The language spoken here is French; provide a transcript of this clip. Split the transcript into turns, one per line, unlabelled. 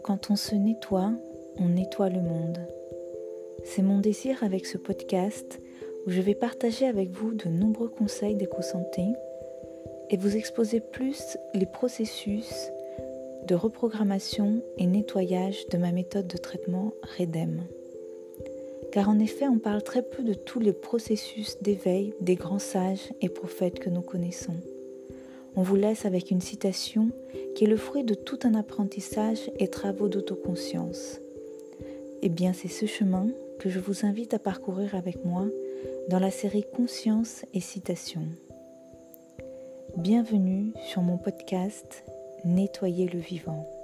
Quand on se nettoie, on nettoie le monde. C'est mon désir avec ce podcast où je vais partager avec vous de nombreux conseils d'éco-santé et vous exposer plus les processus de reprogrammation et nettoyage de ma méthode de traitement REDEM. Car en effet, on parle très peu de tous les processus d'éveil des grands sages et prophètes que nous connaissons. On vous laisse avec une citation qui est le fruit de tout un apprentissage et travaux d'autoconscience. Eh bien, c'est ce chemin que je vous invite à parcourir avec moi dans la série Conscience et Citations. Bienvenue sur mon podcast Nettoyer le vivant.